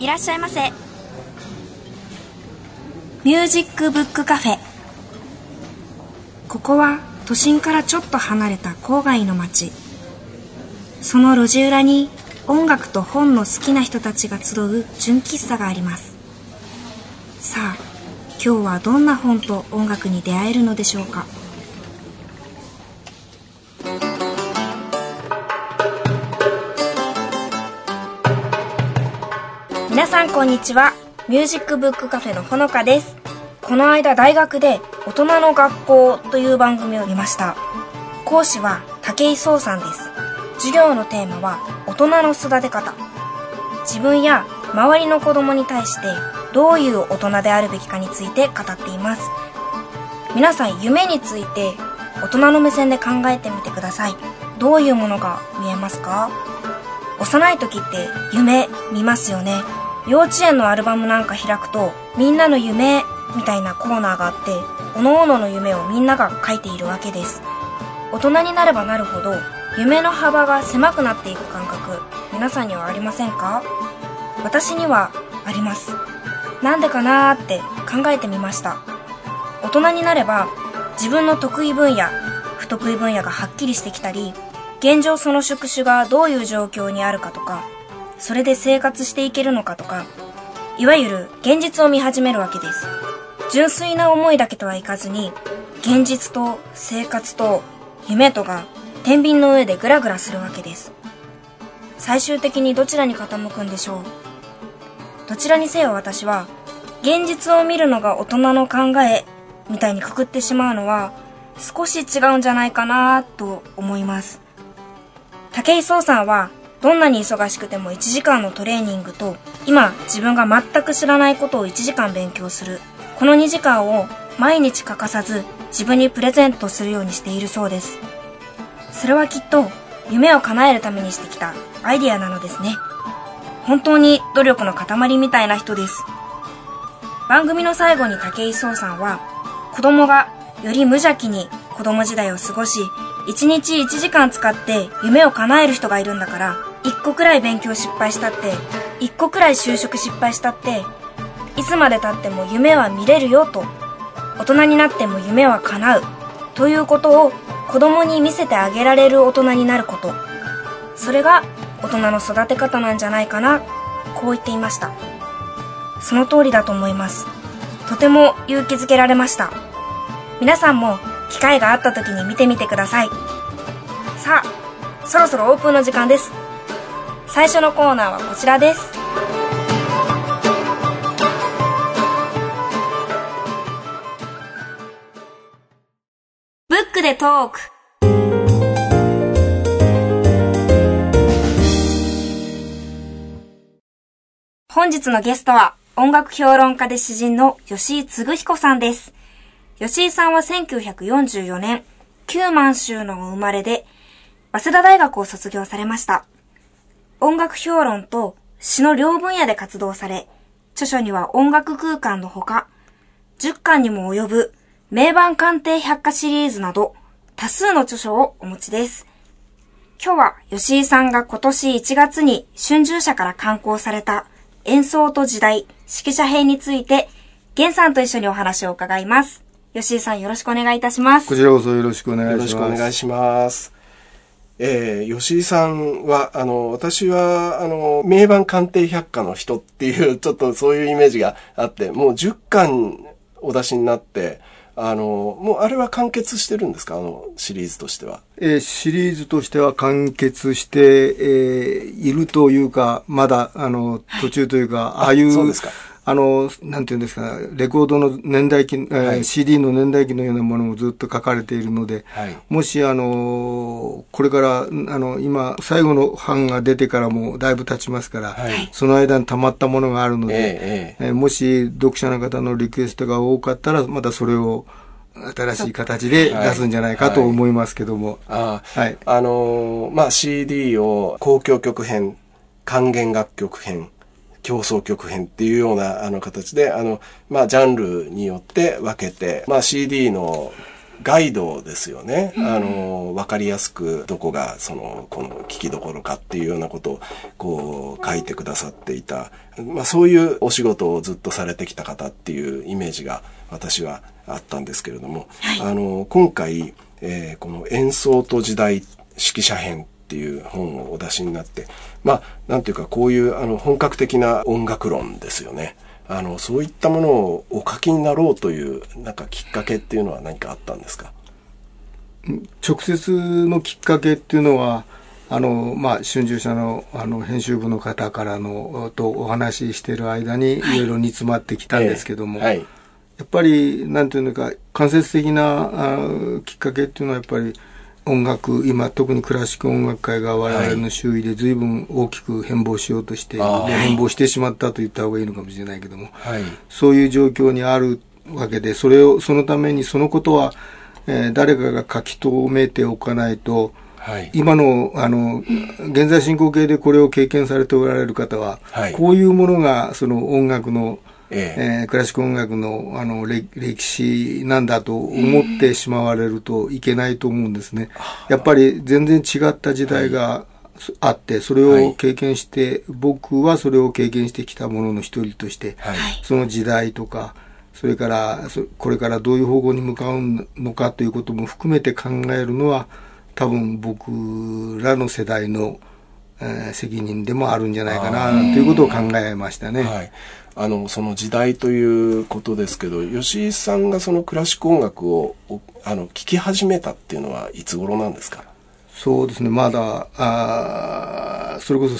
いらっしゃいませ。ミュージックブックカフェ。ここは都心からちょっと離れた郊外の町。その路地裏に音楽と本の好きな人たちが集う純喫茶があります。さあ、今日はどんな本と音楽に出会えるのでしょうか。皆さんこんにちは。ミュージックブックカフェのほのかです。この間大学で大人の学校という番組を見ました。講師は武井壮さんです。授業のテーマは大人の育て方。自分や周りの子供に対してどういう大人であるべきかについて語っています。皆さん夢について大人の目線で考えてみてください。どういうものが見えますか？幼い時って夢見ますよね。幼稚園のアルバムなんか開くとみんなの夢みたいなコーナーがあって、各々の夢をみんなが書いているわけです。大人になればなるほど夢の幅が狭くなっていく感覚、皆さんにはありませんか？私にはあります。なんでかなーって考えてみました。大人になれば自分の得意分野、不得意分野がはっきりしてきたり、現状その職種がどういう状況にあるかとか、それで生活していけるのかとか、いわゆる現実を見始めるわけです。純粋な思いだけとはいかずに、現実と生活と夢とが天秤の上でグラグラするわけです。最終的にどちらに傾くんでしょう。どちらにせよ私は、現実を見るのが大人の考えみたいにくくってしまうのは少し違うんじゃないかなと思います。武井壮さんはどんなに忙しくても1時間のトレーニングと、今自分が全く知らないことを1時間勉強する、この2時間を毎日欠かさず自分にプレゼントするようにしているそうです。それはきっと夢を叶えるためにしてきたアイディアなのですね。本当に努力の塊みたいな人です。番組の最後に武井壮さんは、子供がより無邪気に子供時代を過ごし、1日1時間使って夢を叶える人がいるんだから、1個くらい勉強失敗したって、1個くらい就職失敗したって、いつまで経っても夢は見れるよと、大人になっても夢は叶うということを子供に見せてあげられる大人になること、それが大人の育て方なんじゃないかな、こう言っていました。その通りだと思います。とても勇気づけられました。皆さんも機会があった時に見てみてください。さあ、そろそろオープンの時間です。最初のコーナーはこちらです。ブックでトーク。本日のゲストは音楽評論家で詩人の吉井嗣彦さんです。吉井さんは1944年、旧満州の生まれで、早稲田大学を卒業されました。音楽評論と詩の両分野で活動され、著書には音楽空間のほか、10巻にも及ぶ名盤鑑定百科シリーズなど、多数の著書をお持ちです。今日は吉井さんが今年1月に春秋社から刊行された演奏と時代、指揮者編について、源さんと一緒にお話を伺います。吉井さん、よろしくお願いいたします。 こちらこそよろしくお願いします。 よろしくお願いします。吉井さんは、私は、名盤鑑定百科の人っていう、ちょっとそういうイメージがあって、もう10巻お出しになって、もうあれは完結してるんですか？シリーズとしては。 シリーズとしては完結して、いるというか、まだ、途中というか、ああいう、 そうですか。 なんていうんですか、レコードの年代記、はい、CD の年代記のようなものもずっと書かれているので、はい、もし、これから、今、最後の版が出てからもだいぶ経ちますから、はい、その間に溜まったものがあるので、もし読者の方のリクエストが多かったら、またそれを新しい形で出すんじゃないかと思いますけども。 まあ、CD を交響曲編、管弦楽曲編、協奏曲編っていうような形でまあジャンルによって分けて、まあ CD のガイドですよね。わかりやすくどこがこの聞きどころかっていうようなことをこう書いてくださっていた、そういうお仕事をずっとされてきた方っていうイメージが私はあったんですけれども、今回、この演奏と時代指揮者編っていう本をお出しになって、なんていうかこういう本格的な音楽論ですよね。そういったものをお書きになろうというなんかきっかけっていうのは何かあったんですか？ 直接のきっかけっていうのは春秋社の編集部の方からとお話ししている間にいろいろ煮詰まってきたんですけども、やっぱりなんていうのか間接的なきっかけっていうのはやっぱり音楽、今特にクラシック音楽界が我々の周囲で随分大きく変貌しようとして、変貌してしまったと言った方がいいのかもしれないけども、そういう状況にあるわけで、そのためにそのことは、誰かが書き留めておかないと、今の現在進行形でこれを経験されておられる方は、こういうものがその音楽のクラシック音楽の歴史なんだと思ってしまわれるといけないと思うんですね。やっぱり全然違った時代があって、それを経験して、僕はそれを経験してきたものの一人として、その時代とか、それからこれからどういう方向に向かうのかということも含めて考えるのは、多分僕らの世代の責任でもあるんじゃないかなということを考えましたね。 その時代ということですけど、吉井さんがそのクラシック音楽を聴き始めたっていうのはいつ頃なんですか？ そうですね、まだそれこそ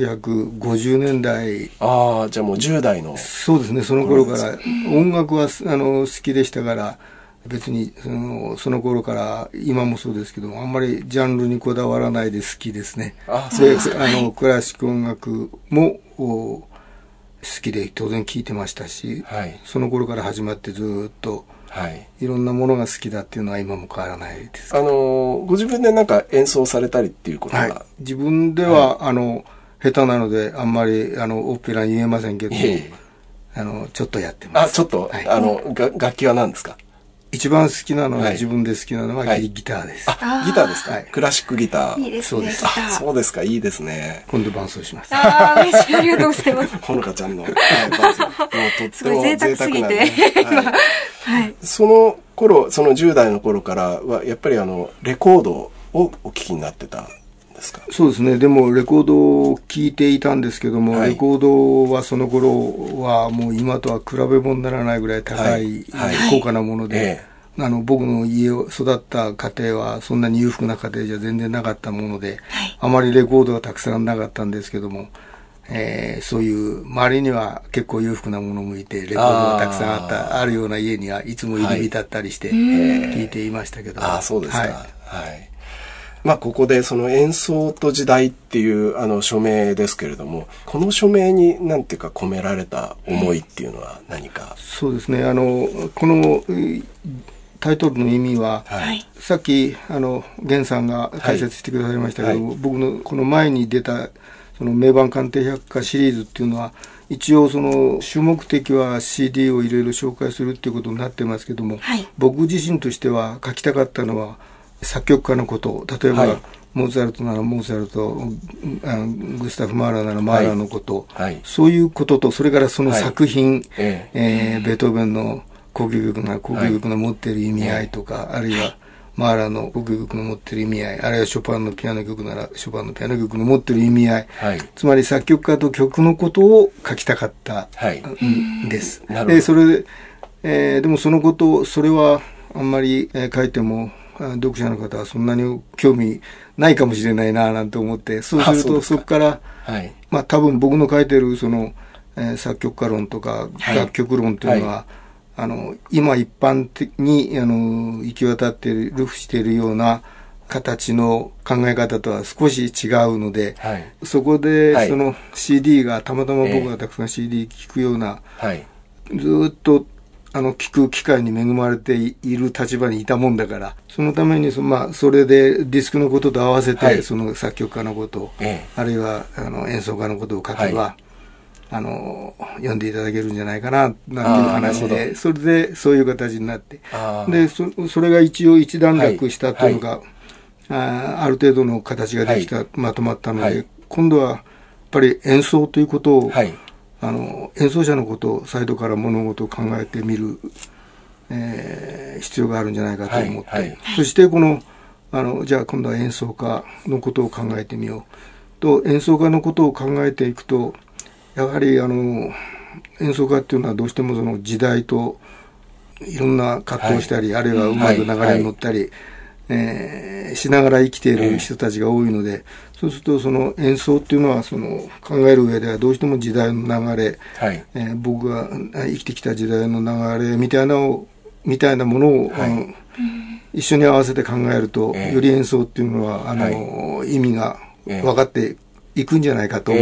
1950年代。 じゃあもう10代の。 そうですね、その頃から音楽は好きでしたから、別にその頃から今もそうですけど、あんまりジャンルにこだわらないで好きですね。クラシック音楽も好きで当然聴いてましたし、その頃から始まってずっといろんなものが好きだっていうのは今も変わらないです。 ご自分でなんか演奏されたりっていうことが、 自分では、下手なのであんまりオペラ言えませんけど、ちょっとやってます。 ちょっと、楽器は何ですか？ 一番好きなのは、自分で好きなのはギターです。 ギターですか？クラシックギター。 いいですね。 そうですか、いいですね。 今度伴奏します。 嬉しい、ありがとうございます。 ほのかちゃんの伴奏。もうとっても贅沢すぎて。その頃、その10代の頃からは、やっぱりレコードをお聴きになってたんですか？ そうですね。でも、レコードを聴いていたんですけども、レコードはその頃はもう今とは比べ物にならないぐらい高い、高価なもので、僕の家を育った家庭はそんなに裕福な家庭じゃ全然なかったもので、あまりレコードがたくさんなかったんですけども、そういう周りには結構裕福なものもいて、レコードがたくさんあるような家にはいつも入り浸ったりして聴いていましたけど。 そうですか。ここでその演奏と時代っていう署名ですけれども、この署名になんていうか込められた思いっていうのは何か？ そうですね。このタイトルの意味は、さっき源さんが解説してくださいましたけども、僕のこの前に出たその名盤鑑定百科シリーズっていうのは、一応その主目的は CD をいろいろ紹介するっていうことになってますけども、僕自身としては書きたかったのは作曲家のこと、例えば、モーツァルトならモーツァルト、グスタフ・マーラーならマーラーのこと、そういうことと、それからその作品、ベートーベンの交響曲なら交響曲の持っている意味合いとか、あるいはマーラーの交響曲の持っている意味合い、あるいはショパンのピアノ曲ならショパンのピアノ曲の持っている意味合い、つまり作曲家と曲のことを書きたかったんです。で、それで、でもそのこと、それはあんまり書いても、読者の方はそんなに興味ないかもしれないななんて思って、そうするとそこから、多分僕の書いてるその、作曲家論とか楽曲論というのは、今一般的に行き渡っているしているような形の考え方とは少し違うので、そこでその CD がたまたま僕がたくさん CD 聴くような、ずっと聞く機会に恵まれている立場にいたもんだから、そのためにそれでディスクのことと合わせて、その作曲家のこと、あるいは演奏家のことを書けば、 読んでいただけるんじゃないかな、なんていう話で、それでそういう形になって、で、それが一応一段落したというのが、ある程度の形ができた、まとまったので、今度はやっぱり演奏ということを、演奏者のことをサイドから物事を考えてみる、必要があるんじゃないかと思って、そしてじゃあ今度は演奏家のことを考えてみようと、演奏家のことを考えていくと、やはり演奏家っていうのはどうしてもその時代といろんな葛藤をしたり、あるいはうまく流れに乗ったり、しながら生きている人たちが多いので、そうするとその演奏っていうのはその考える上ではどうしても時代の流れ、僕が生きてきた時代の流れみたいなものを、一緒に合わせて考えると、より演奏っていうのは意味が分かっていくんじゃないかと思って、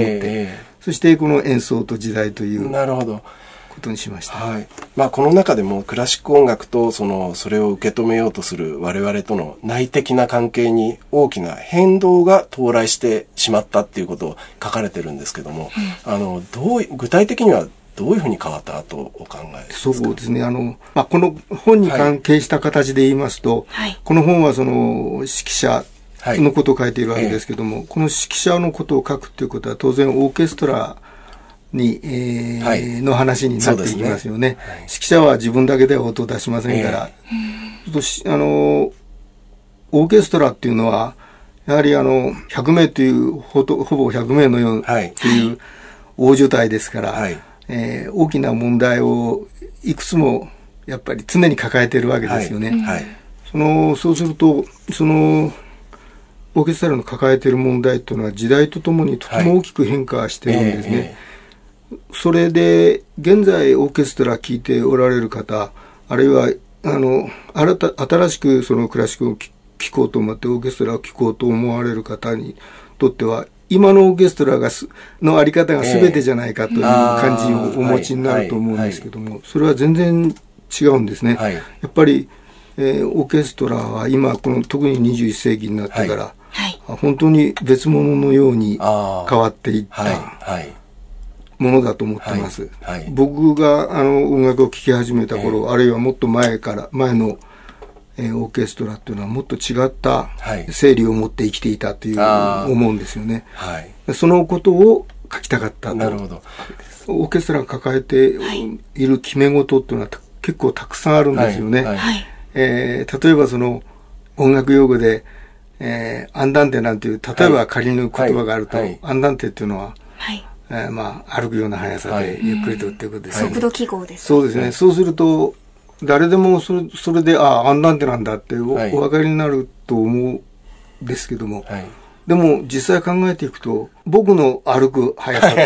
そしてこの演奏と時代ということにしました。 この中でもクラシック音楽とそれを受け止めようとする我々との内的な関係に大きな変動が到来してしまったっていうことを書かれてるんですけども、具体的にはどういうふうに変わったとお考えですか？ そうですね。この本に関係した形で言いますと、この本はその指揮者のことを書いているわけですけども、この指揮者のことを書くということは当然オーケストラに、の話になっていきますよね。指揮者は自分だけでは音を出しませんから、オーケストラっていうのはやはり100名というほぼ100名のようという大所帯ですから、大きな問題をいくつもやっぱり常に抱えているわけですよね。そうするとオーケストラの抱えている問題というのは時代とともにとても大きく変化しているんですね。それで現在オーケストラ聴いておられる方、あるいは新しくそのクラシックを聴こうと思ってオーケストラを聴こうと思われる方にとっては、今のオーケストラのあり方が全てじゃないかという感じをお持ちになると思うんですけども、それは全然違うんですね。やっぱり、オーケストラは今特に21世紀になってから、本当に別物のように変わっていったものだと思ってます。僕が音楽を聴き始めた頃、あるいはもっと前のオーケストラっていうのはもっと違った整理を持って生きていたという思うんですよね。そのことを書きたかったと。 なるほど。 オーケストラが抱えている決め事っていうのは結構たくさんあるんですよね。例えばその音楽用語で、アンダンテなんていう例えば仮の言葉があると、アンダンテっていうのは、歩くような速さでゆっくりとっていうことですね。 速度記号です。 そうですね。そうすると誰でもそれでアンダンテなんだってお分かりになると思うんですけども、でも実際考えていくと僕の歩く速さと、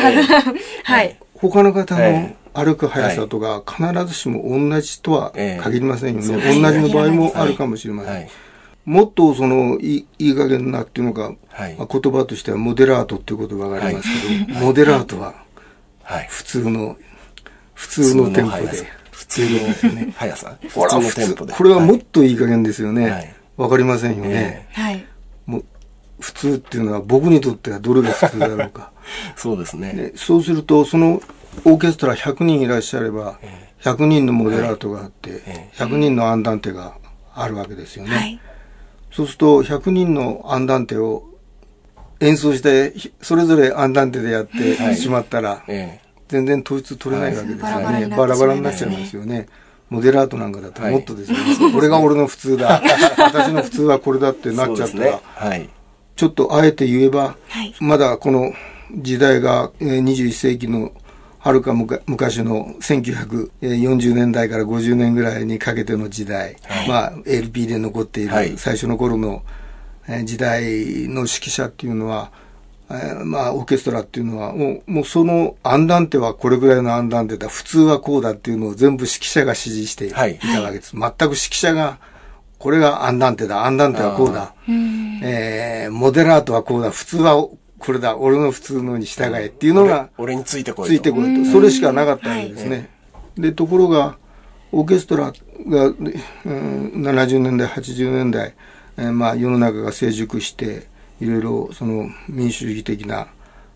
他の方の歩く速さとか必ずしも同じとは限りませんよね。同じの場合もあるかもしれません。もっといい加減なっていうのが、言葉としてはモデラートっていう言葉がありますけど、モデラートは普通のテンポで。 普通の速さ。普通のテンポで。 これはもっといい加減ですよね。わかりませんよね。もう普通っていうのは僕にとってはどれが普通だろうか。 そうですね。 そうするとそのオーケストラ100人いらっしゃれば、100人のモデラートがあって、100人のアンダンテがあるわけですよね。そうすると100人のアンダンテを演奏してそれぞれアンダンテでやってしまったら、全然統一取れないわけですよね。バラバラになっちゃいますよね。モデラートなんかだともっとですね、これが俺の普通だ、私の普通はこれだってなっちゃったら、ちょっとあえて言えば、まだこの時代が21世紀のはるか昔の1940年代から50年ぐらいにかけての時代、LP で残っている最初の頃の時代の指揮者っていうのは、オーケストラっていうのはもうそのアンダンテはこれぐらいのアンダンテだ、普通はこうだっていうのを全部指揮者が指示していたわけです。全く指揮者がこれがアンダンテだ、アンダンテはこうだ、モデラートはこうだ、普通はこれだ、俺の普通のに従えっていうのが俺についてこいと。 ついてこいと。それしかなかったわけですね。で、ところがオーケストラが、70年代、80年代、世の中が成熟して、いろいろその民主主義的な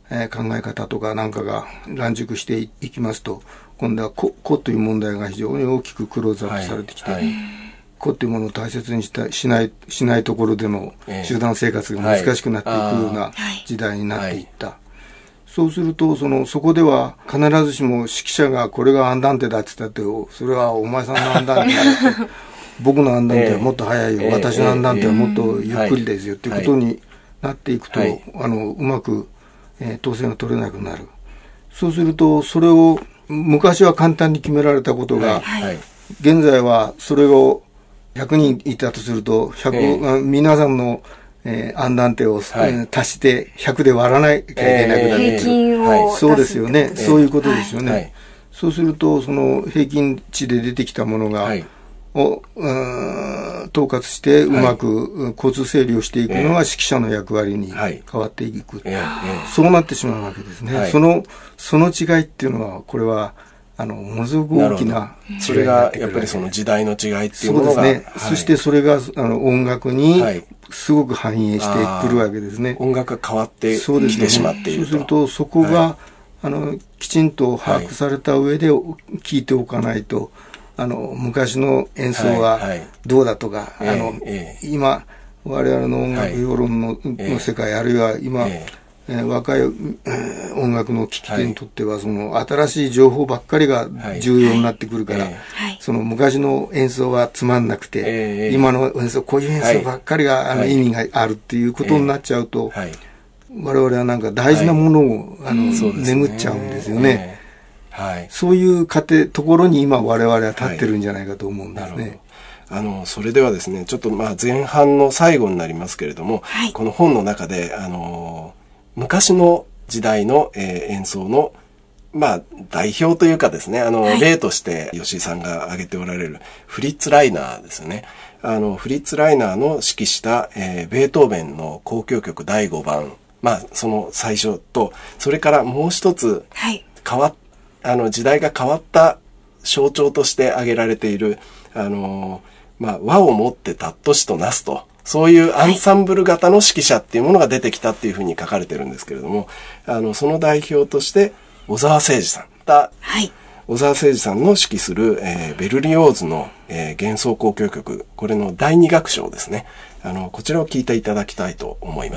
考え方とかなんかが乱熟していきますと、今度は個という問題が非常に大きくクローズアップされてきて、個というものを大切にしないところでの集団生活が難しくなっていくような時代になっていった。そうすると、そこでは必ずしも指揮者がこれがアンダンテだって言ったって、それはお前さんのアンダンテだって、僕のアンダンテはもっと早いよ、私のアンダンテはもっとゆっくりですよっていうことになっていくと、うまく、統制が取れなくなる。そうすると、それを昔は簡単に決められたことが、現在はそれを100人いたとすると、皆さんのアンダンテを、足して100で割らなきゃいけなくなる。 平均を出す。 そうですよね。そういうことですよね。そうすると、その平均値で出てきたものが、統括してうまく交通整理をしていくのが指揮者の役割に変わっていく。そうなってしまうわけですね。その違いっていうのは、これは、ものすごく大きな違いになってくる。 それがやっぱりその時代の違いっていうものが。 そうですね。そしてそれが音楽にすごく反映してくるわけですね。 音楽が変わってきてしまっていると。 そうするとそこが、きちんと把握された上で聞いておかないと、昔の演奏はどうだとか、今我々の音楽評論の世界、あるいは今、若い音楽の聴き手にとっては、その新しい情報ばっかりが重要になってくるから、その昔の演奏はつまんなくて、今の演奏、こういう演奏ばっかりが意味があるっていうことになっちゃうと、我々はなんか大事なものを眠っちゃうんですよね。そういうところに今我々は立ってるんじゃないかと思うんですね。 それではですね、ちょっと前半の最後になりますけれども、この本の中で、昔の時代の、演奏の、代表というかですね、例として吉井さんが挙げておられるフリッツ・ライナーですよね。フリッツ・ライナーの指揮した、ベートーベンの交響曲第5番、その最初と、それからもう一つ、時代が変わった象徴として挙げられている、和をもって尊しとなすと。そういうアンサンブル型の指揮者っていうものが出てきたっていうふうに書かれてるんですけれども、その代表として小澤征爾さん小澤征爾さんの指揮する、ベルリオーズの、幻想交響曲、これの第2楽章ですね。こちらを聴いていただきたいと思います。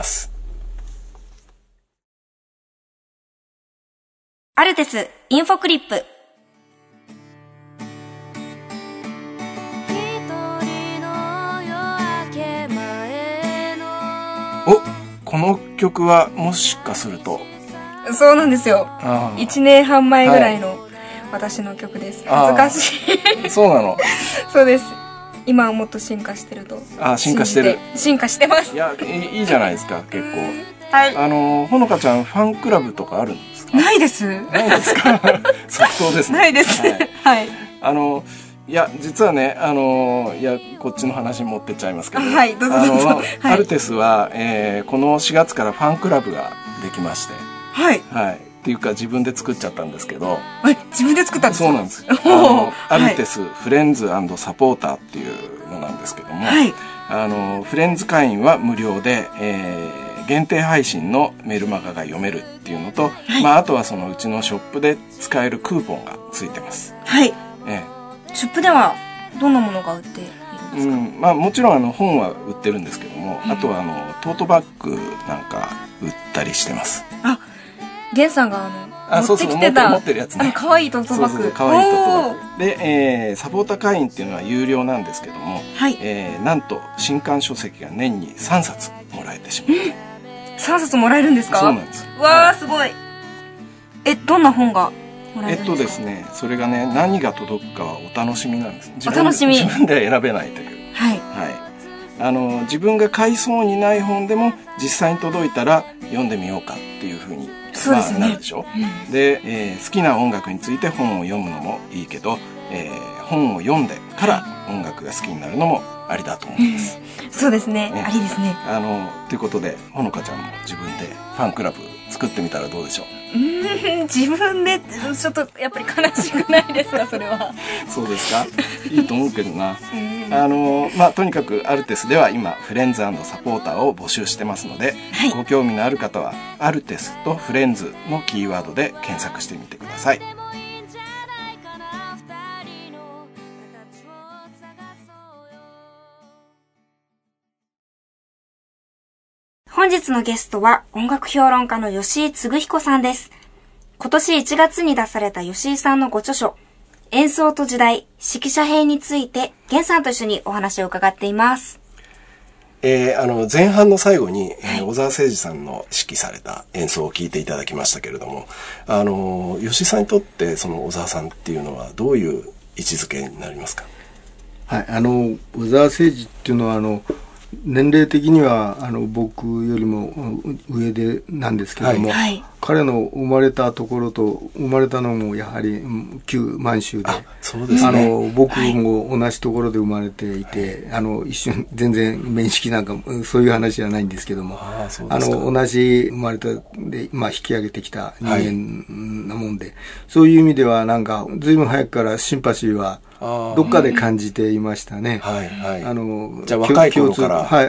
アルテスインフォクリップ。 この曲はもしかすると。 そうなんですよ。1年半前ぐらいの私の曲です。恥ずかしい。 そうなの。 そうです。今はもっと進化してると。 進化してる。 進化してます。 いや、いいじゃないですか、結構。 はい。 ほのかちゃんファンクラブとかあるんですか？ ないです。 ないですか？即答ですね。 ないです。はい。 いや、実はね、こっちの話に持ってっちゃいますけど、 はい、どうぞどうぞ。 アルテスは、この4月からファンクラブができまして、 はい。 はい。っていうか自分で作っちゃったんですけど、 自分で作ったんですか？ そうなんです。アルテス、フレンズ&サポーターっていうのなんですけども、はい。フレンズ会員は無料で、限定配信のメルマガが読めるっていうのと、あとはそのうちのショップで使えるクーポンがついてます。 はい。ショップではどんなものが売っているんですか？ もちろん本は売ってるんですけども、あとはトートバッグなんか売ったりしてます。 ゲンさんが持ってきてた持ってるやつね。 可愛いトートバッグ。 可愛いトートバッグで、サポーター会員っていうのは有料なんですけども、なんと新刊書籍が年に3冊もらえてしまう。 3冊もらえるんですか？ そうなんです。 わー、すごい。どんな本がもらえるんですか？ ですね、それがね、何が届くかはお楽しみなんです。 お楽しみ。 自分では選べないという。はい。自分が買いそうにない本でも実際に届いたら読んでみようかっていうふうになるでしょ。で、好きな音楽について本を読むのもいいけど、本を読んでから音楽が好きになるのもありだと思います。 そうですね。ありですね。 ということで、ほのかちゃんも自分でファンクラブ作ってみたらどうでしょう？ 自分でちょっとやっぱり悲しくないですか、それは。 そうですか？いいと思うけどな。 とにかくアルテスでは今フレンズ&サポーターを募集してますので、 はい、 ご興味のある方はアルテスとフレンズのキーワードで検索してみてください。 本日のゲストは音楽評論家の吉井嗣彦さんです。今年1月に出された吉井さんのご著書、演奏と時代、指揮者編について、源さんと一緒にお話を伺っています。 前半の最後に、小澤征爾さんの指揮された演奏を聞いていただきましたけれども、吉井さんにとってその小澤さんっていうのはどういう位置づけになりますか？ はい、小澤征爾っていうのは年齢的には僕よりも上でなんですけども、 はい、 彼の生まれたところと生まれたのもやはり旧満州で、 そうですね、 僕も同じところで生まれていて、一瞬全然面識なんかそういう話じゃないんですけども、同じ生まれたで、引き上げてきた人間なもんで、そういう意味ではなんか随分早くからシンパシーはどっかで感じていましたね。 はいはい。じゃあ若い頃から。 はい。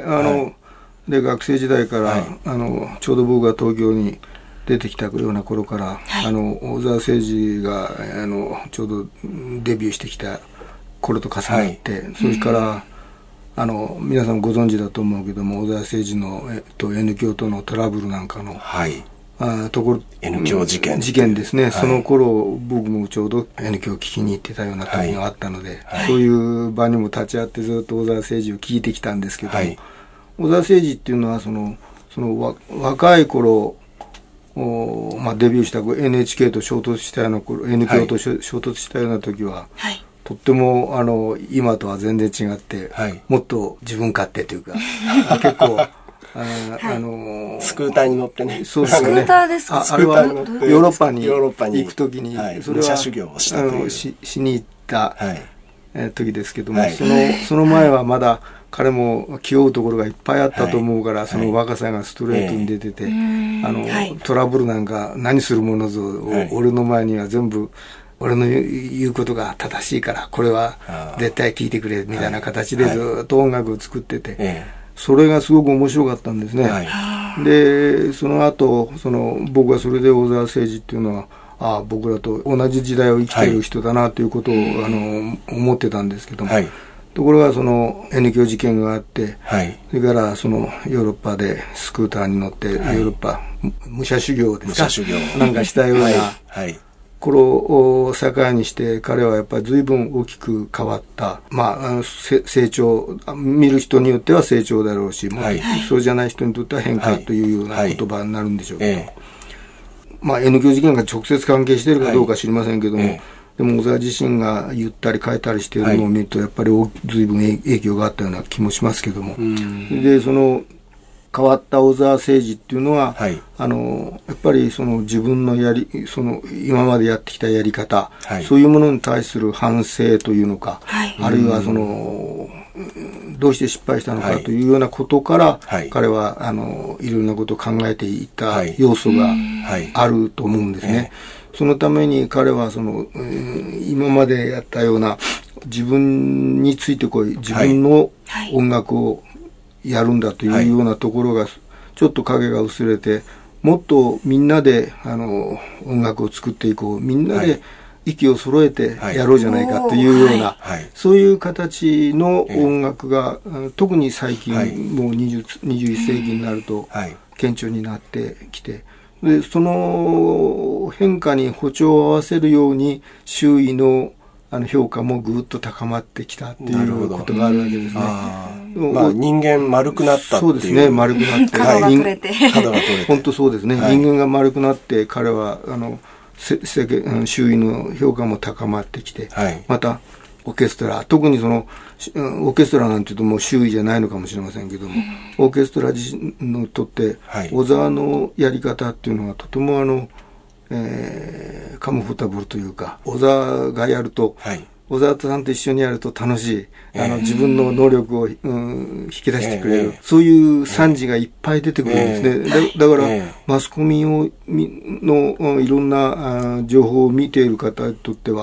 で、学生時代から、ちょうど僕が東京に出てきたような頃から、小澤征爾が、ちょうどデビューしてきた頃と重なって、それから、皆さんご存知だと思うけども、小澤征爾の、N響とのトラブルなんかの、ところ N響事件ですね、その頃僕もちょうど N響を聞きに行ってたような時があったので、そういう場にも立ち会ってずっと小澤征爾を聞いてきたんですけども、小澤征爾っていうのはその若い頃デビューした NHK と衝突したような頃、N響と衝突したような時は、とっても今とは全然違って、もっと自分勝手というか結構スクーターに乗ってね。 そうですね。 スクーターですか？ あれはヨーロッパに行くときに、 それは修行をしたというしに行った時ですけども、その前はまだ彼も気負うところがいっぱいあったと思うから、その若さがストレートに出てて、トラブルなんか何するものぞ、俺の前には全部俺の言うことが正しいからこれは絶対聞いてくれみたいな形でずっと音楽を作ってて、それがすごく面白かったんですね。で、その後、僕はそれで小澤征爾っていうのは、僕らと同じ時代を生きている人だなということを、思ってたんですけども、ところがN響事件があって、それからヨーロッパでスクーターに乗って、ヨーロッパ、武者修行ですか、なんかしたような、頃を境にして彼はやっぱり随分大きく変わった、成長、見る人によっては成長だろうし、そうじゃない人にとっては変化というような言葉になるんでしょうけど、N響事件が直接関係しているかどうか知りませんけども、でも小澤自身が言ったり書いたりしているのを見るとやっぱり随分影響があったような気もしますけども、で変わった小澤征爾っていうのは、やっぱり自分の今までやってきたやり方、そういうものに対する反省というのか、あるいはどうして失敗したのかというようなことから、彼はいろんなことを考えていた要素があると思うんですね。そのために彼は今までやったような自分について自分の音楽をやるんだというようなところがちょっと影が薄れて、もっとみんなで音楽を作っていこう、みんなで息を揃えてやろうじゃないかというような、そういう形の音楽が特に最近もう21世紀になると顕著になってきて、でその変化に歩調を合わせるように周囲の評価もぐっと高まってきたっていうことがあるわけですね。 人間丸くなったっていう。 そうですね、丸くなって。 角が取れて。 本当そうですね。人間が丸くなって彼は周囲の評価も高まってきて、またオーケストラ、特にオーケストラなんていうともう周囲じゃないのかもしれませんけども、オーケストラ自身にとって小澤のやり方っていうのはとてもカムフォタブルというか、小澤がやると、小澤さんと一緒にやると楽しい、自分の能力を、引き出してくれる、そういう賛辞がいっぱい出てくるんですね。だから、マスコミのいろんな情報を見ている方にとっては、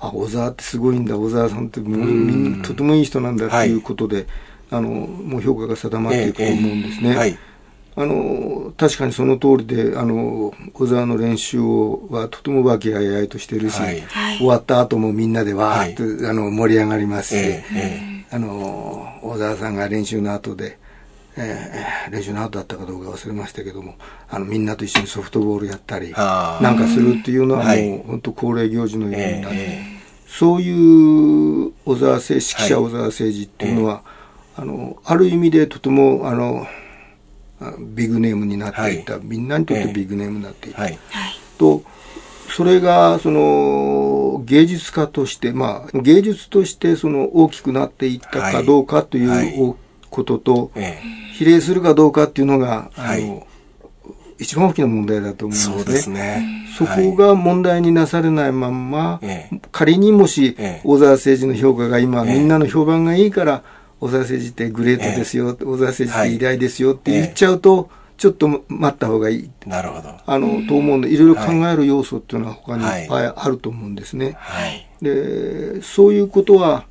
小沢ってすごいんだ、小沢さんってもうとてもいい人なんだっていうことで、もう評価が定まっていくと思うんですね。はい、確かにその通りで、小沢の練習はとても和気あいあいとしてるし、はい、終わった後もみんなでわーっと、盛り上がりますし、小沢さんが練習の後で、練習の後だったかどうか忘れましたけども、みんなと一緒にソフトボールやったりなんかするっていうのはもう本当恒例行事のようになって、そういう小沢誠指揮者小沢誠治っていうのは、ある意味でとてもビッグネームになっていった、みんなにとってビッグネームになっていった、とそれがその芸術家として、芸術としてその大きくなっていったかどうかということと、比例するかどうかっていうのが一番大きな問題だと思うんですね。そうですね。そこが問題になされないまんま、仮にもし小沢誠治の評価が今、みんなの評判がいいから小沢誠治ってグレートですよ、小沢誠治って偉大ですよって言っちゃうと、ちょっと待った方がいい。なるほど。と思うんで、いろいろ考える要素っていうのは他にいっぱいあると思うんですね。で、そういうことは、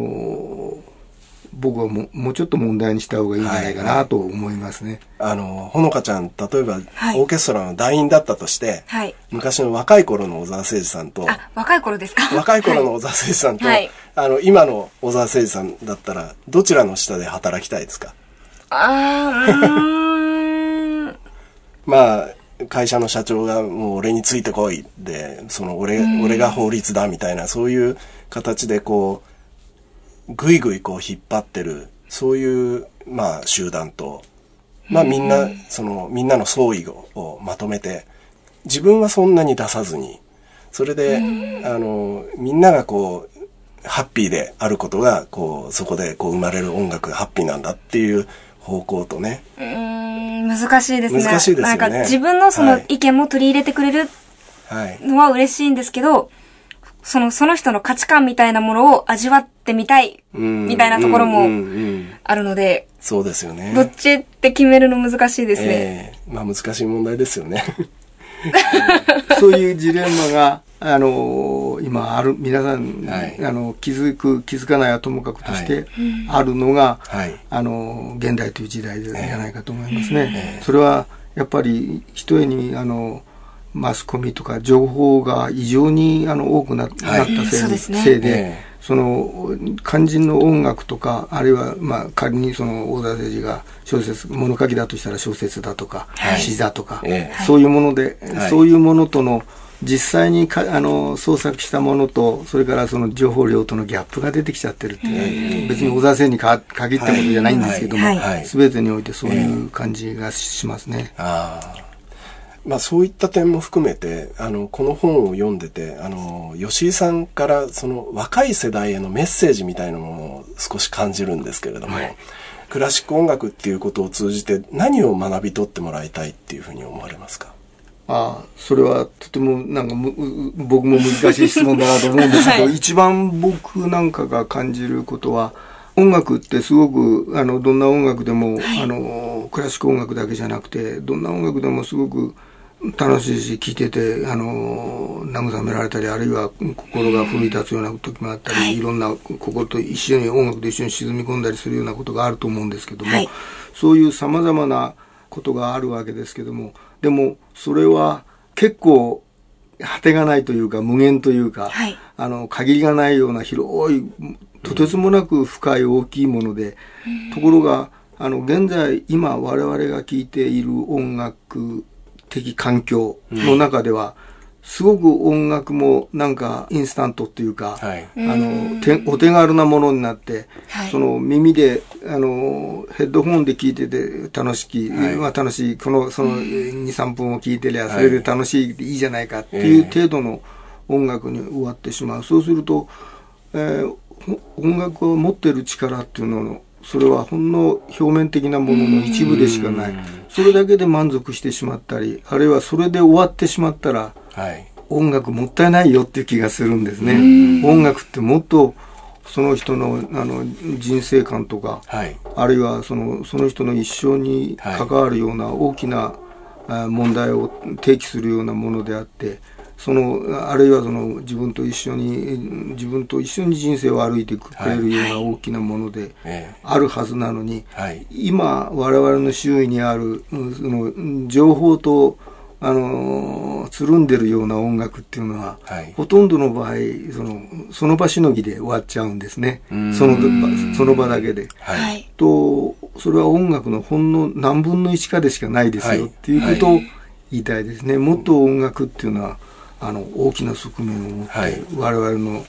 僕はもうちょっと問題にした方がいいんじゃないかなと思いますね。 ほのかちゃん、例えば、オーケストラの団員だったとして、昔の若い頃の小沢誠治さんと、 若い頃ですか？ 若い頃の小沢誠治さんと、今の小沢誠治さんだったら、どちらの下で働きたいですか？会社の社長がもう俺についてこいで、俺が法律だみたいな、そういう形でぐいぐい引っ張ってる、そういう、集団と、みんなの総意をまとめて、自分はそんなに出さずに、それで、みんながハッピーであることが、そこで生まれる音楽がハッピーなんだっていう方向とね。 難しいですね。 難しいですよね。 なんか自分のその意見も取り入れてくれるのは嬉しいんですけど、その人の価値観みたいなものを味わってみたいみたいなところもあるので、 そうですよね。 どっちって決めるの難しいですね。 難しい問題ですよね。 そういうジレンマが今皆さん、気づかないはともかくとしてあるのが、現代という時代じゃないかと思いますね。それはやっぱりひとえにマスコミとか情報が異常に多くなったせいで、その肝心の音楽とか、あるいは仮にその小沢誠治が小説物書きだとしたら小説だとか、詩だとか、そういうもので、そういうものとの実際に創作したものと、それからその情報量とのギャップが出てきちゃってるっていう、別に小沢誠治に限ったことじゃないんですけども、全てにおいてそういう感じがしますね。 そういった点も含めて、この本を読んでて、吉井さんからその若い世代へのメッセージみたいなものを少し感じるんですけれども、クラシック音楽っていうことを通じて何を学び取ってもらいたいっていうふうに思われますか？ それはとても僕も難しい質問だなと思うんですけど、一番僕なんかが感じることは、音楽ってすごくどんな音楽でも、クラシック音楽だけじゃなくて、どんな音楽でもすごく楽しいし、聴いてて慰められたり、あるいは心が奮い立つような時もあったり、いろんな心と一緒に音楽と一緒に沈み込んだりするようなことがあると思うんですけども、そういうさまざまなことがあるわけですけども、でもそれは結構果てがないというか無限というか、限りがないような広いとてつもなく深い大きいもので、ところが現在今我々が聴いている音楽的環境の中では、すごく音楽もなんかインスタントっていうか、お手軽なものになって、その耳でヘッドホンで聴いてて楽しい、楽しい、その2、3分を聴いてりゃそれで楽しいでいいじゃないかっていう程度の音楽に終わってしまう。そうすると、音楽を持っている力っていうのそれはほんの表面的なものの一部でしかない。それだけで満足してしまったり、あるいはそれで終わってしまったら、音楽もったいないよっていう気がするんですね。音楽ってもっとその人の人生観とか、あるいはその人の一生に関わるような大きな問題を提起するようなものであって、 あるいは自分と一緒に人生を歩いてくれるような大きなものであるはずなのに、今我々の周囲にある情報とつるんでるような音楽っていうのは、ほとんどの場合その場しのぎで終わっちゃうんですね。その場だけで。とそれは音楽のほんの何分の1かでしかないですよっていうことを言いたいですね。もっと音楽っていうのは大きな側面を持って、我々の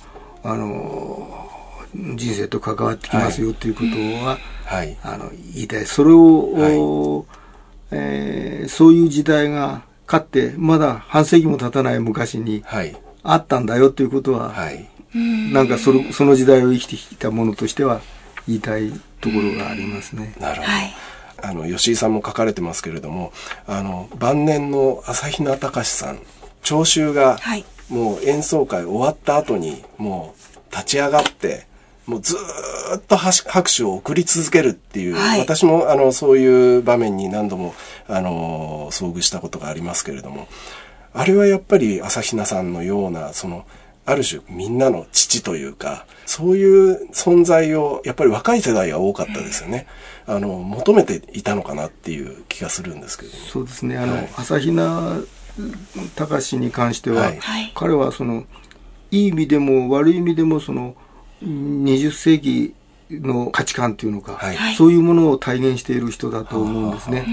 人生と関わってきますよということは、言いたい。それを、そういう時代がかってまだ半世紀も経たない昔にあったんだよということは、なんかその時代を生きてきたものとしては言いたいところがありますね。 なるほど。吉井さんも書かれてますけれども、晩年の朝比奈隆さん、聴衆がもう演奏会終わった後にもう立ち上がってもうずーっと拍手を送り続けるっていう、私もそういう場面に何度も遭遇したことがありますけれども、あれはやっぱり朝比奈さんのようなある種みんなの父というか、そういう存在をやっぱり若い世代が多かったですよね。求めていたのかなっていう気がするんですけども。 そうですね。朝比奈隆に関しては、彼はいい意味でも悪い意味でも20世紀の価値観というのか、そういうものを体現している人だと思うんですね。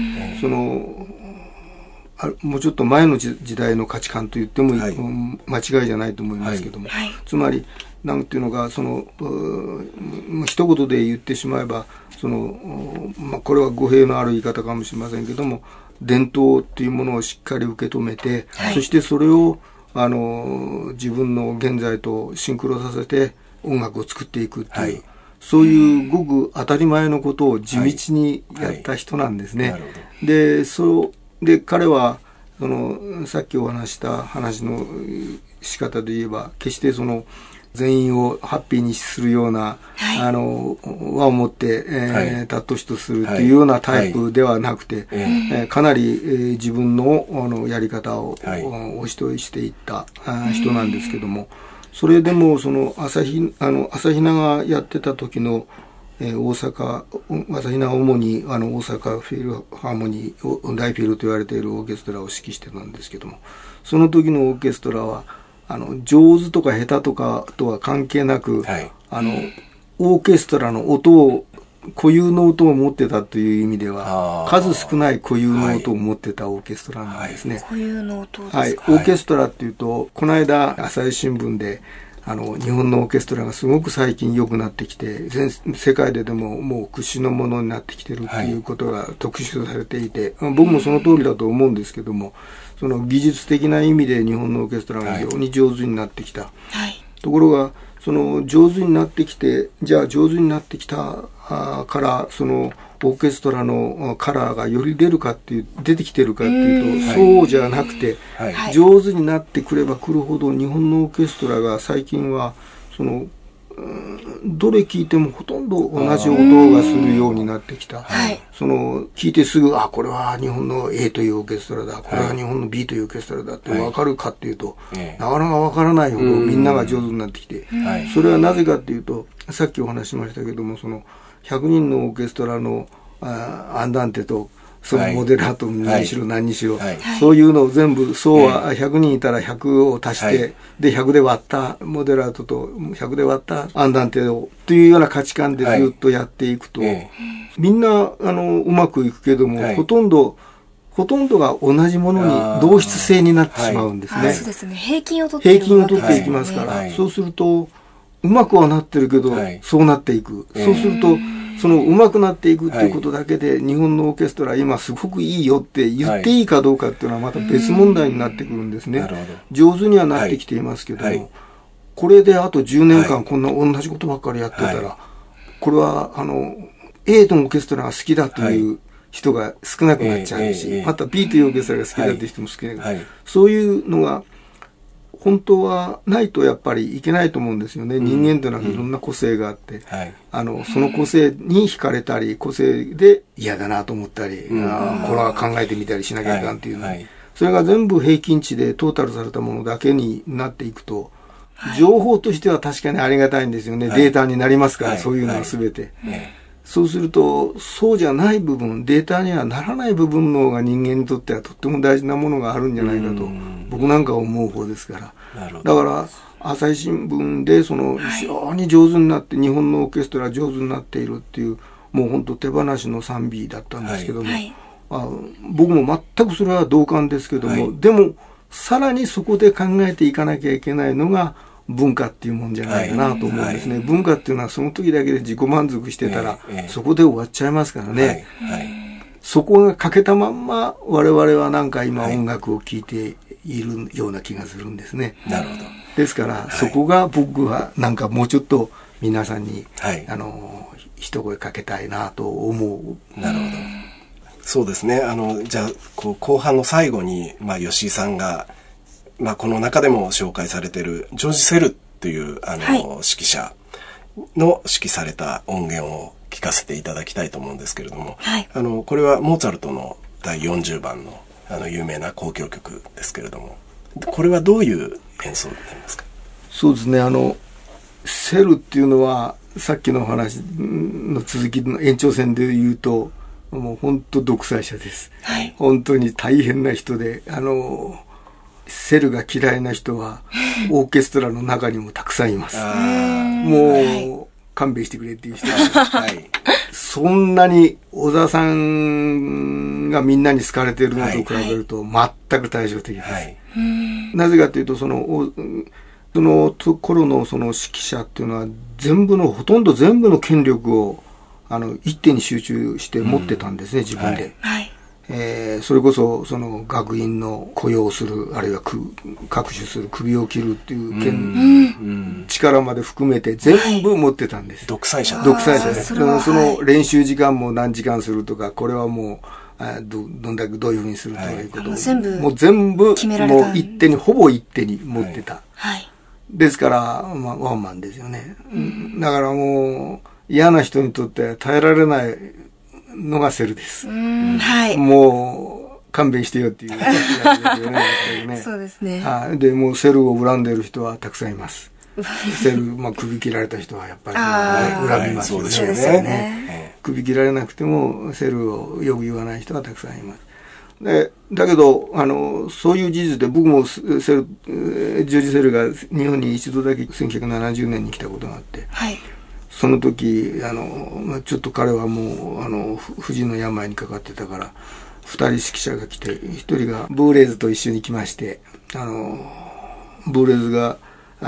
もうちょっと前の時代の価値観と言っても、間違いじゃないと思いますけども、つまりなんていうのか、一言で言ってしまえばこれは語弊のある言い方かもしれませんけども、伝統っていうものをしっかり受け止めて、そしてそれを自分の現在とシンクロさせて音楽を作っていくっていう、そういうごく当たり前のことを地道にやった人なんですね。で彼はさっきお話した話の仕方で言えば、決して全員をハッピーにするような、輪を持って、尊しとするというようなタイプではなくて、かなり、自分のやり方を、おしといしていった人なんですけども、それでも朝比奈がやってた時の、朝比奈は主に大阪フィルハーモニー大フィルと言われているオーケストラを指揮してたんですけども、その時のオーケストラは上手とか下手とかとは関係なく、オーケストラの固有の音を持ってたという意味では、数少ない固有の音を持ってたオーケストラなんですね。 固有の音ですか。 オーケストラっていうと、この間朝日新聞で日本のオーケストラがすごく最近良くなってきて、世界でももう屈指のものになってきてるっていうことが特集されていて、僕もその通りだと思うんですけども、技術的な意味で日本のオーケストラが非常に上手になってきた。ところが上手になってきて、じゃあ上手になってきたからオーケストラのカラーがより出てきてるかっていうと、そうじゃなくて、上手になってくればくるほど日本のオーケストラが最近はどれ聞いてもほとんど同じ音がするようになってきた。聞いてすぐ、これは日本の A というオーケストラだ、これは日本の B というオーケストラだって分かるかっていうと、なかなか分からないほどみんなが上手になってきて、それはなぜかっていうと、さっきお話しましたけども、100人のオーケストラのアンダンテとモデラートにしろ何にしろ、そういうのを全部は100人いたら100を足して、で100で割ったモデラートと100で割ったアンダンテをというような価値観でずっとやっていくと、みんなうまくいくけども、ほとんどが同じものに同質性になってしまうんですね。 そうですね。平均を取っていきますから、そうするとうまくはなってるけど、そうなっていく。そうするとうまくなっていくっていうことだけで、日本のオーケストラ今すごくいいよって言っていいかどうかっていうのはまた別問題になってくるんですね。上手にはなってきていますけども、これであと10年間こんな同じことばっかりやってたら、これはA のオーケストラが好きだという人が少なくなっちゃうし、また B というオーケストラが好きだという人も少なくなる。そういうのが本当はないとやっぱりいけないと思うんですよね。人間というのはいろんな個性があって、その個性に惹かれたり、個性で嫌だなと思ったり、これは考えてみたりしなきゃいかんっていうのに、 それが全部平均値でトータルされたものだけになっていくと、情報としては確かにありがたいんですよね。データになりますから、そういうのは全て。そうすると、そうじゃない部分、データにはならない部分の方が人間にとってはとっても大事なものがあるんじゃないかと、僕なんかは思う方ですから。だから、朝日新聞で、非常に上手になって、日本のオーケストラ上手になっているっていう、もう本当手放しの賛美だったんですけども、僕も全くそれは同感ですけども、でも、さらにそこで考えていかなきゃいけないのが、文化っていうもんじゃないかなと思うんですね。文化っていうのはその時だけで自己満足してたら、そこで終わっちゃいますからね。そこが欠けたまんま、我々はなんか今音楽を聴いているような気がするんですね。 なるほど。 ですから、そこが僕はなんかもうちょっと皆さんに、一声かけたいなと思う。 なるほど。そうですね。じゃあ、後半の最後に、吉井さんが、この中でも紹介されているジョージ・セルっていう指揮者の指揮された音源を聞かせていただきたいと思うんですけれども、これはモーツァルトの第40番の有名な交響曲ですけれども、これはどういう演奏になりますか？ そうですね。セルっていうのはさっきの話の続きの延長線で言うと、もう本当独裁者です。本当に大変な人で、セルが嫌いな人はオーケストラの中にもたくさんいます。もう勘弁してくれっていう人は、そんなに小沢さんがみんなに好かれているのと比べると全く対照的です。なぜかというと、その頃のその指揮者っていうのはほとんど全部の権力を一手に集中して持ってたんですね、自分で。それこそその学院の雇用する、あるいは各種する、首を切るっていう力まで含めて全部持ってたんです。 独裁者です。その練習時間も何時間するとか、これはもうどういうふうにするということを、もう全部もうほぼ一手に持ってた。ですから、ワンマンですよね。だからもう嫌な人にとっては耐えられないのがセルです。もう勘弁してよっていうやつですよね。 そうですね。 で、もうセルを恨んでいる人はたくさんいます。セル、首切られた人はやっぱり、恨みますよね。そうですよね。首切られなくてもセルをよく言わない人はたくさんいます。だけど、そういう事実で僕もジョージ・セルが日本に一度だけ1970年に来たことがあって、その時、ちょっと彼はもう、不治の病にかかってたから、2人指揮者が来て、1人がブーレーズと一緒に来まして、ブーレーズが、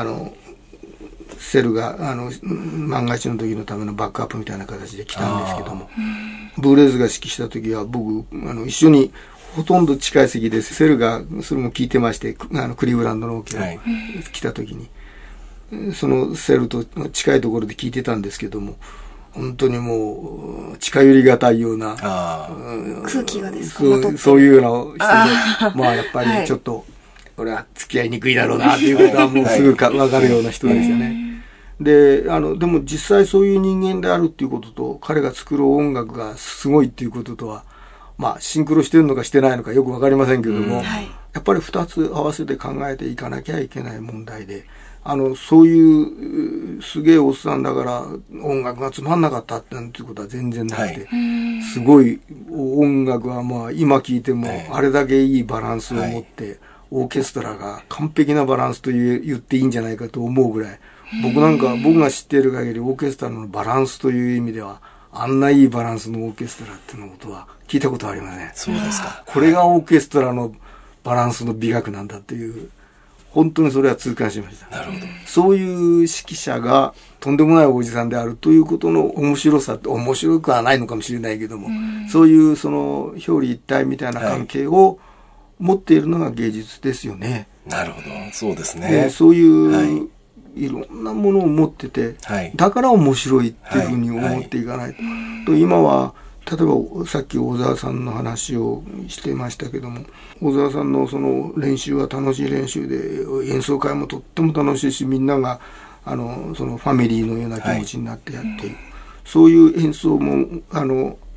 セルが、万が一の時のためのバックアップみたいな形で来たんですけども、ブーレーズが指揮した時は僕、一緒にほとんど近い席で、セルがそれも聞いてまして、クリーブランドのオケを来た時に、そのセルと近いところで聞いてたんですけども、本当にもう近寄りがたいような空気がですか？ そういうような人で、やっぱりちょっと、これは付き合いにくいだろうなっていうことはもうすぐ分かるような人でしたね。でも実際そういう人間であるっていうことと、彼が作る音楽がすごいっていうこととは、シンクロしてるのかしてないのかよく分かりませんけども、やっぱり2つ合わせて考えていかなきゃいけない問題で、そういうすげえおっさんだから音楽がつまんなかったっていうことは全然なくて、すごい音楽は今聴いてもあれだけいいバランスを持って、オーケストラが完璧なバランスと言っていいんじゃないかと思うぐらい、僕が知っている限りオーケストラのバランスという意味では、あんないいバランスのオーケストラっていうのことは聞いたことありません。 そうですか。 これがオーケストラのバランスの美学なんだっていう、本当にそれは痛感しました。 なるほど。 そういう指揮者がとんでもないおじさんであるということの面白さって、面白くはないのかもしれないけども、そういうその表裏一体みたいな関係を持っているのが芸術ですよね。 なるほど。そうですね。 そういう、いろんなものを持ってて、だから面白いっていうふうに思っていかないと。今は例えばさっき小沢さんの話をしてましたけども、小沢さんのその練習は楽しい練習で、演奏会もとっても楽しいし、みんながそのファミリーのような気持ちになってやっている、そういう演奏も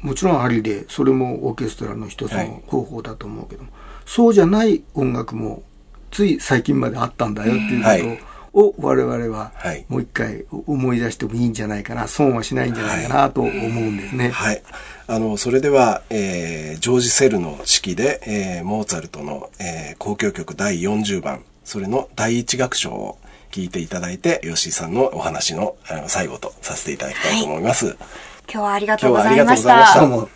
もちろんありで、それもオーケストラの一つの方法だと思うけども、そうじゃない音楽もつい最近まであったんだよっていうことを我々はもう一回思い出してもいいんじゃないかな、損はしないんじゃないかなと思うんですね。 はい。それでは、ジョージ・セルの指揮で、モーツァルトの、交響曲第40番、それの第一楽章を聞いていただいて、吉井さんのお話の最後とさせていただきたいと思います。はい、 今日はありがとうございました。 どうも。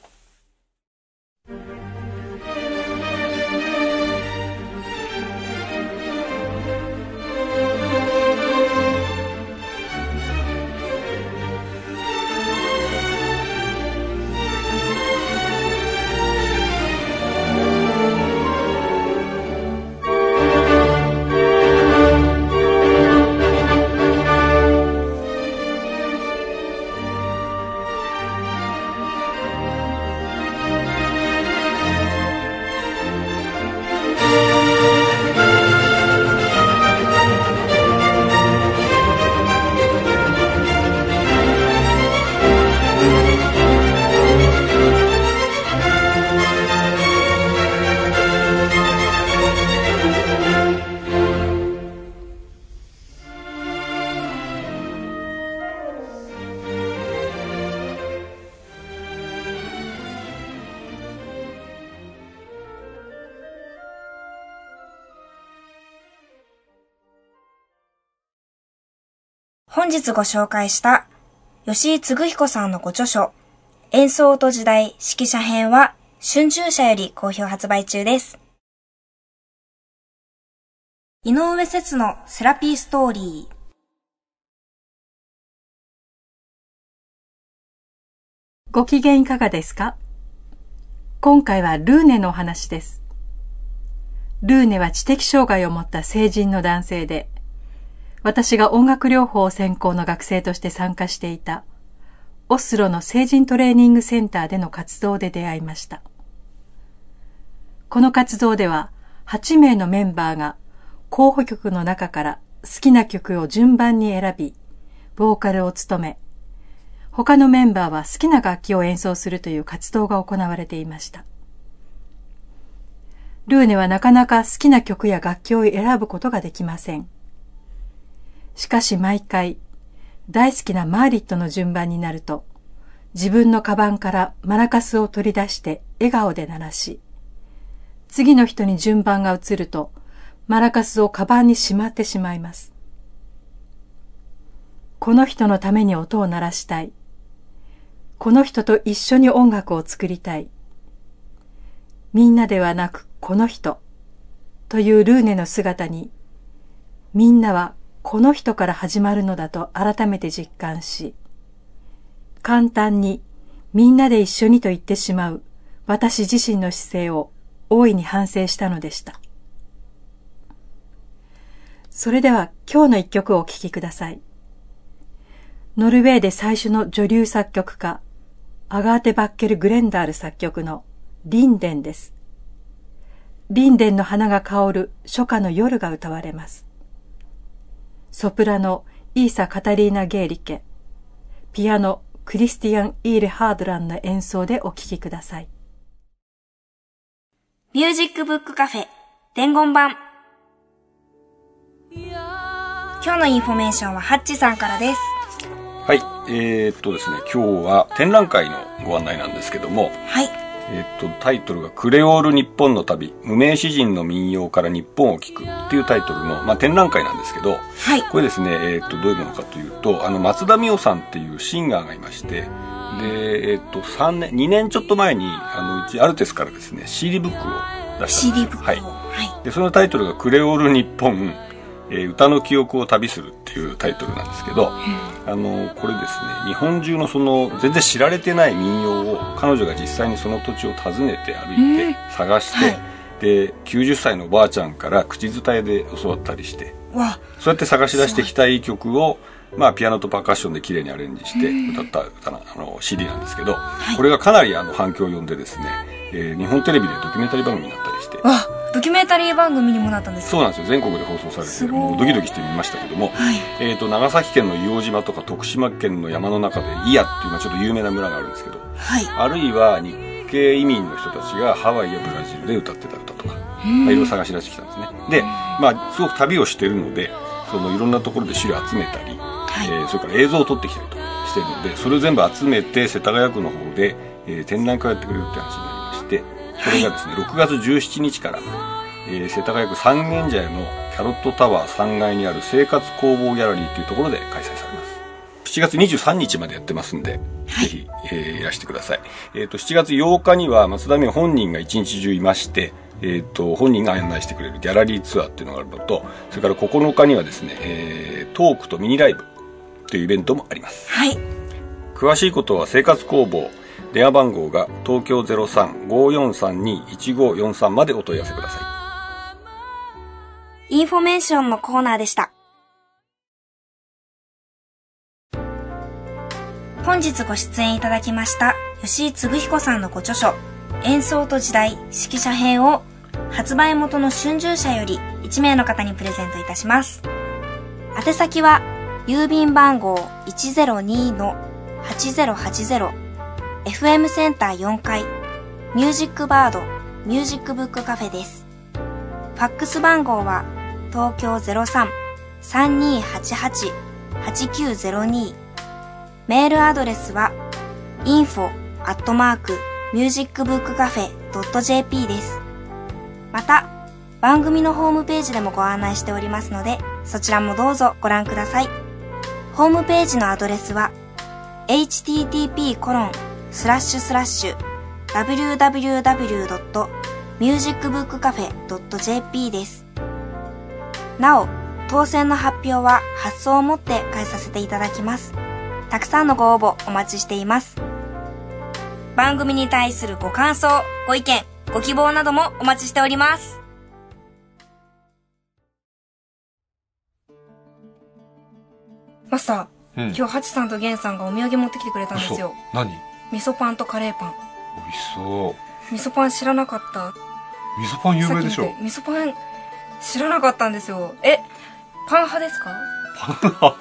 本日ご紹介した吉井嗣彦さんのご著書演奏と時代指揮者編は春秋社より好評発売中です。井上節のセラピーストーリー。 ご機嫌いかがですか？今回はルーネのお話です。ルーネは知的障害を持った成人の男性で、私が音楽療法専攻の学生として参加していたオスロの成人トレーニングセンターでの活動で出会いました。この活動では8名のメンバーが候補曲の中から好きな曲を順番に選び、ボーカルを務め、他のメンバーは好きな楽器を演奏するという活動が行われていました。ルーネはなかなか好きな曲や楽器を選ぶことができません。しかし毎回、大好きなマーリットの順番になると、自分のカバンからマラカスを取り出して笑顔で鳴らし、次の人に順番が移ると、マラカスをカバンにしまってしまいます。この人のために音を鳴らしたい。この人と一緒に音楽を作りたい。みんなではなくこの人というルーネの姿に、みんなはこの人から始まるのだと改めて実感し、簡単にみんなで一緒にと言ってしまう私自身の姿勢を大いに反省したのでした。それでは今日の一曲をお聴きください。ノルウェーで最初の女流作曲家、アガーテ・バッケル・グレンダール作曲のリンデンです。リンデンの花が香る初夏の夜が歌われます。ソプラノ、イーサ・カタリーナ・ゲーリケ、ピアノ、クリスティアン・イーレ・ハードランの演奏でお聴きください。 ミュージックブックカフェ伝言版。今日のインフォメーションはハッチさんからです。 はい、ですね、今日は展覧会のご案内なんですけども、 はい。 タイトルがクレオール日本の旅、無名詩人の民謡から日本を聞くっていうタイトルの、展覧会なんですけど、 はい。 これですね、どういうものかというと、松田美代さんっていうシンガーがいまして、で、2年ちょっと前に、うちアルテスからですね、CD ブックを出したんです。 CD ブックを。 はい。で、そのタイトルがクレオール日本、歌の記憶を旅するっていうタイトルなんですけど、これですね、日本中の全然知られてない民謡を彼女が実際にその土地を訪ねて歩いて探して、で90歳のおばあちゃんから口伝えで教わったりして、そうやって探し出してきたいい曲をピアノとパーカッションで綺麗にアレンジして歌ったCD なんですけど、これがかなり反響を呼んでですね、日本テレビでドキュメンタリー番組になったりして、 ドキュメンタリー番組にもなったんですか？ そうなんですよ。全国で放送されて、もうドキドキしてみましたけども、長崎県の硫黄島とか徳島県の山の中で祖谷っていうのはちょっと有名な村があるんですけど、あるいは日系移民の人たちがハワイやブラジルで歌ってた歌とか、いろいろ探し出してきたんですね。で、すごく旅をしてるので、そのいろんなところで資料集めたり、それから映像を撮ってきたりとかしてるので、それを全部集めて世田谷区の方で、展覧会をやってくれるって話になりまして、これがですね、6月17日から、世田谷区三軒茶屋のキャロットタワー3階にある生活工房ギャラリーというところで開催されます。7月23日までやってますんで、ぜひ、いらしてください。7月8日には松田美本人が一日中いまして、本人が案内してくれるギャラリーツアーっていうのがあるのと、それから9日にはですね、トークとミニライブというイベントもあります。詳しいことは生活工房、電話番号が東京 03-5432-1543 までお問い合わせください。インフォメーションのコーナーでした。本日ご出演いただきました吉井嗣彦さんのご著書演奏と時代指揮者編を発売元の春秋社より1名の方にプレゼントいたします。宛先は郵便番号 102-8080 FM センター4階ミュージックバードミュージックブックカフェです。ファックス番号は東京 03-3288-8902 メールアドレスは info@musicbookcafe.jp です。また番組のホームページでもご案内しておりますので、そちらもどうぞご覧ください。ホームページのアドレスは http://www.musicbookcafe.jp です。なお、当選の発表は発送をもって返させていただきます。たくさんのご応募お待ちしています。番組に対するご感想、ご意見、ご希望などもお待ちしております。マスター、今日ハチさんとゲンさんがお土産持ってきてくれたんですよ。 何？ 味噌パンとカレーパン。 美味しそう。 味噌パン知らなかった。 味噌パン有名でしょ。 味噌パン知らなかったんですよ。パン派ですか？ パン派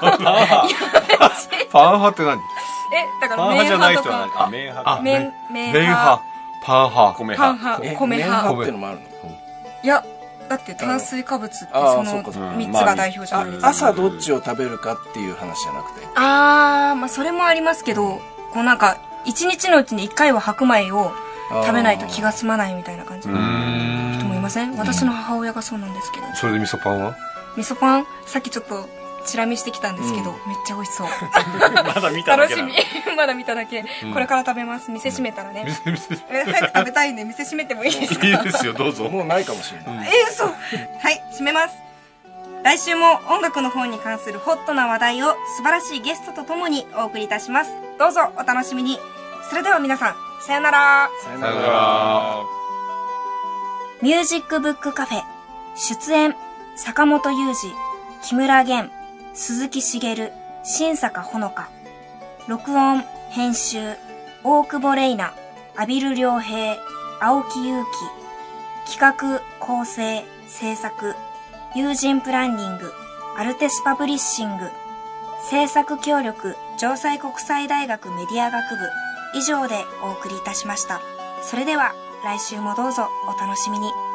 パン派って何？ だからパン派じゃない人は何？麺派。 麺派。パン派。 米派。米派。 ってのもあるの？ いや、だって炭水化物ってその3つが代表じゃないですか。 朝どっちを食べるかっていう話じゃなくて。 それもありますけど、こうなんか一日のうちに1回は白米を食べないと気が済まないみたいな感じの人もいません？私の母親がそうなんですけど。 それで味噌パンは？ 味噌パンさっきちょっとチラ見してきたんですけど、めっちゃ美味しそう。 まだ見ただけなの？ 楽しみ。まだ見ただけ。これから食べます。店閉めたらね。早く食べたいんで店閉めてもいいですか？ いいですよ、どうぞ。 もうないかもしれない。 嘘。はい、閉めます。来週も音楽の方に関するホットな話題を素晴らしいゲストとともにお送りいたします。どうぞお楽しみに。それでは皆さん、さよなら。 さよなら。 ミュージックブックカフェ出演坂本雄二、木村玄、鈴木茂、新坂ほのか。録音編集大久保玲奈、阿比留良平、青木祐希。企画構成制作友人プランニングアルテスパブリッシング。制作協力城西国際大学メディア学部。以上でお送りいたしました。それでは来週もどうぞお楽しみに。